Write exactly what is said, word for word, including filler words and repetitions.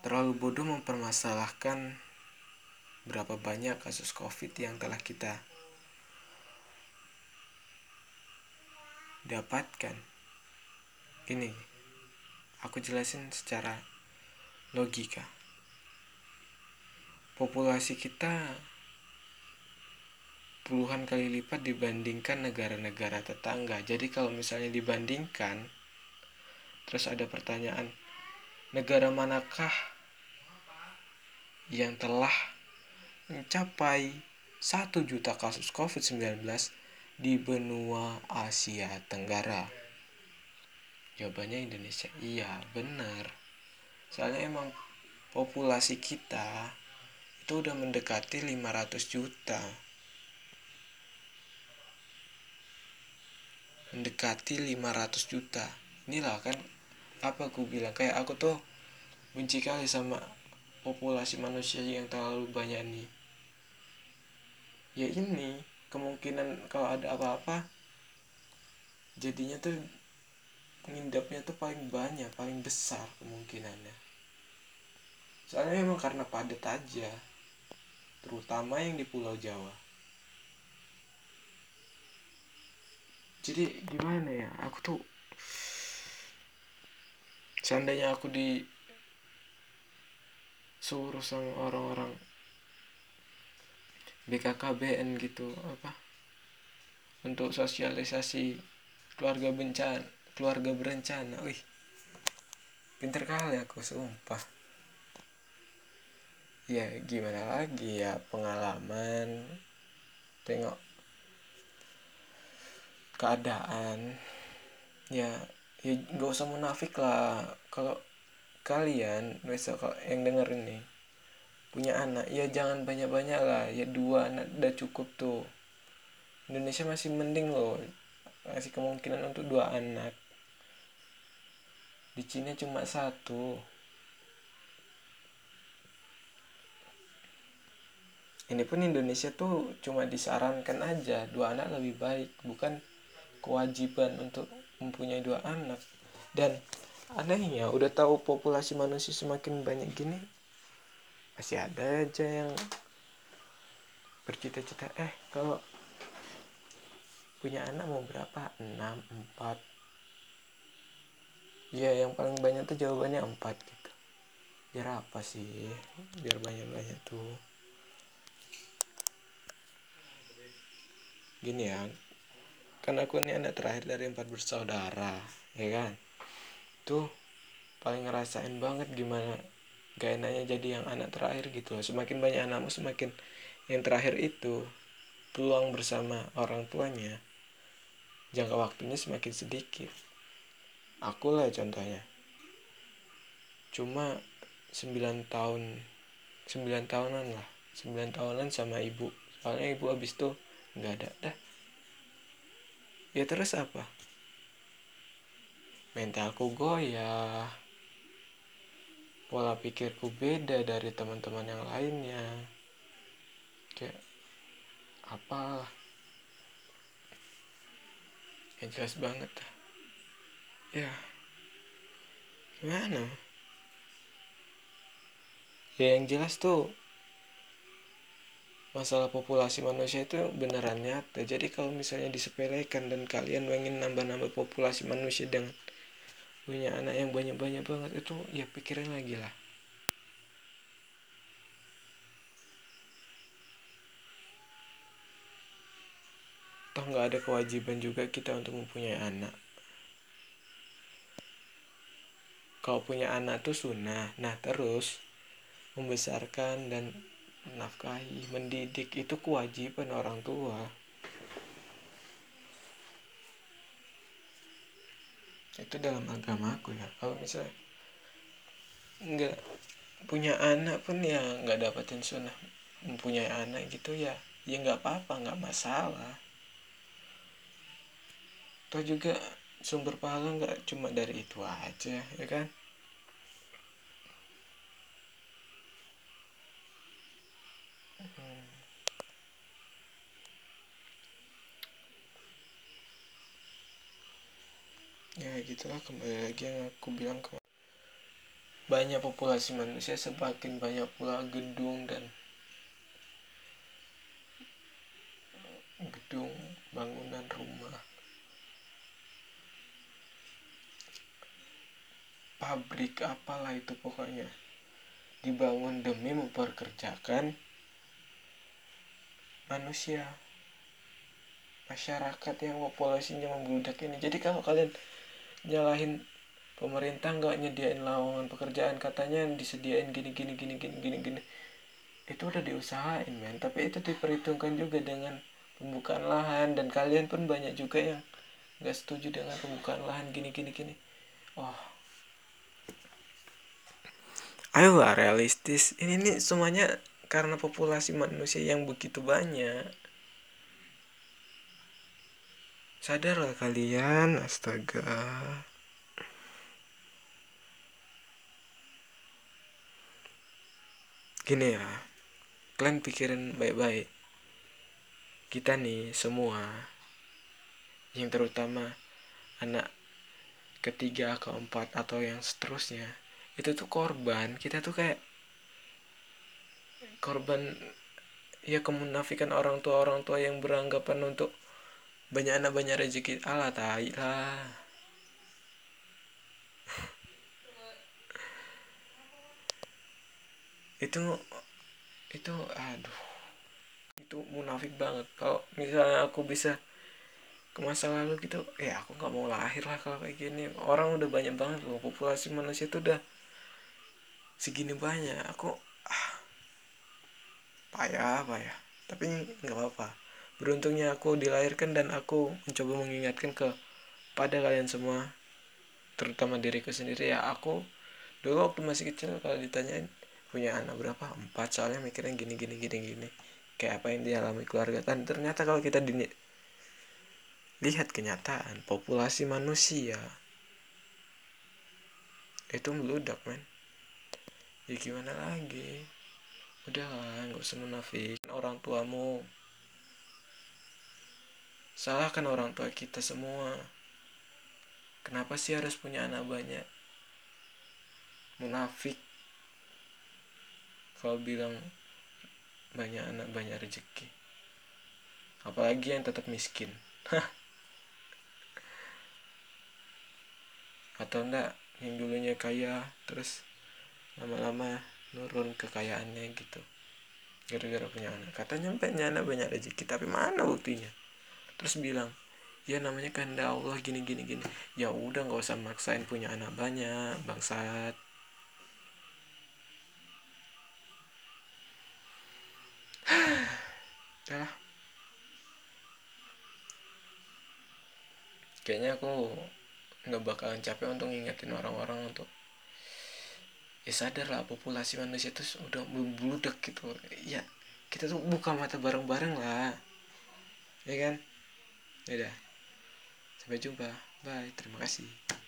terlalu bodoh mempermasalahkan berapa banyak kasus COVID yang telah kita dapatkan. Gini, aku jelasin secara logika. Populasi kita puluhan kali lipat dibandingkan negara-negara tetangga. Jadi kalau misalnya dibandingkan, terus ada pertanyaan, negara manakah yang telah mencapai satu juta kasus covid sembilan belas di benua Asia Tenggara? Jawabannya Indonesia. Iya, benar. Soalnya emang populasi kita itu udah mendekati lima ratus juta. Mendekati lima ratus juta. Inilah kan apa aku bilang, kayak aku tuh benci kali sama populasi manusia yang terlalu banyak nih. Ya ini kemungkinan kalau ada apa-apa jadinya tuh ngindapnya tuh paling banyak, paling besar kemungkinannya. Soalnya memang karena padat aja, terutama yang di Pulau Jawa. Jadi gimana ya, aku tuh seandainya aku disuruh sama orang-orang B K K B N gitu apa untuk sosialisasi keluarga bencana, keluarga berencana, wih pinter kali aku sumpah. Ya gimana lagi ya, pengalaman, tengok keadaan, ya ya nggak usah munafik lah. Kalau kalian besok yang denger ini punya anak, ya jangan banyak-banyak lah, ya dua anak udah cukup tuh. Indonesia masih mending loh, masih kemungkinan untuk dua anak. Di Cina cuma satu. Ini pun Indonesia tuh cuma disarankan aja, dua anak lebih baik, bukan kewajiban untuk mempunyai dua anak. Dan anehnya udah tahu populasi manusia semakin banyak gini, masih ada aja yang bercita-cita eh kalau punya anak mau berapa, enam, empat. Ya yang paling banyak tuh jawabannya empat gitu. Biar apa sih, biar banyak-banyak tuh. Gini ya, kan aku ini anak terakhir dari empat bersaudara, ya kan. Tuh paling ngerasain banget gimana gak enaknya jadi yang anak terakhir gitu loh. Semakin banyak anakmu, semakin yang terakhir itu peluang bersama orang tuanya jangka waktunya semakin sedikit. Aku lah contohnya, cuma sembilan tahun sembilan tahunan lah sembilan tahunan sama ibu. Soalnya ibu abis tuh nggak ada dah. Ya terus apa, mentalku goyah, pola pikirku beda dari teman-teman yang lainnya. Kayak apa yang jelas banget. Ya gimana ya, yang jelas tuh masalah populasi manusia itu beneran nyata. Jadi kalau misalnya disepelekan dan kalian pengen nambah-nambah populasi manusia dengan punya anak yang banyak-banyak banget, itu ya pikirin lagi lah. Toh nggak ada kewajiban juga kita untuk mempunyai anak. Kalau punya anak tuh sunnah. Nah terus membesarkan dan menafkahi, mendidik itu kewajiban orang tua. Itu dalam agama aku ya. Kalau misalnya nggak punya anak pun ya nggak dapetin sunnah mempunyai anak gitu ya, ya nggak apa-apa, nggak masalah. Toh juga sumber pahala nggak cuma dari itu aja, ya kan. hmm. Ya gitulah, kembali lagi yang aku bilang ke banyak populasi manusia, semakin banyak pula gedung dan gedung, bangunan rumah, pabrik, apalah itu pokoknya dibangun demi memperkerjakan manusia, masyarakat yang populasinya membludak ini. Jadi kalau kalian nyalahin pemerintah nggak nyediain lowongan pekerjaan, katanya disediain gini gini gini gini gini gini, itu udah diusahain men, tapi itu diperhitungkan juga dengan pembukaan lahan, dan kalian pun banyak juga yang nggak setuju dengan pembukaan lahan gini gini gini. Oh, ayolah realistis, ini nih semuanya karena populasi manusia yang begitu banyak. Sadarlah kalian, astaga. Gini ya, kalian pikirin baik-baik. Kita nih semua, yang terutama anak ketiga, keempat, atau yang seterusnya, itu tuh korban. Kita tuh kayak korban ya kemunafikan orang tua orang tua yang beranggapan untuk banyak anak banyak rezeki. Alah tai lah. Itu itu aduh, itu munafik banget. Kalau misalnya aku bisa ke masa lalu gitu, ya aku nggak mau lahir lah kalau kayak gini. Orang udah banyak banget loh, populasi manusia itu udah segini banyak. Aku ah, payah payah, tapi nggak apa-apa. Beruntungnya aku dilahirkan dan aku mencoba mengingatkan ke pada kalian semua, terutama diriku sendiri. Ya aku dulu waktu masih kecil kalau ditanyain punya anak berapa, empat, soalnya mikirnya gini gini gini gini, kayak apa yang dialami keluarga kan. Ternyata kalau kita lihat kenyataan populasi manusia itu meludak men. Ya gimana lagi, udah lah, nggak usah munafik. Orang tuamu, salahkan orang tua kita semua. Kenapa sih harus punya anak banyak? Munafik kalau bilang banyak anak banyak rezeki, apalagi yang tetap miskin. Atau enggak yang dulunya kaya terus lama-lama nurun kekayaannya gitu gara-gara punya anak. Katanya punya anak banyak rezeki, tapi mana buktinya? Terus bilang ya namanya kehendak Allah gini gini gini. Ya udah, nggak usah maksain punya anak banyak, bangsat. Udah lah, kayaknya aku nggak bakalan capek untuk ngingetin orang-orang untuk ya sadar lah, populasi manusia itu udah membludak gitu ya. Kita tuh buka mata bareng-bareng lah, ya kan. Ya udah, sampai jumpa, bye, terima kasih.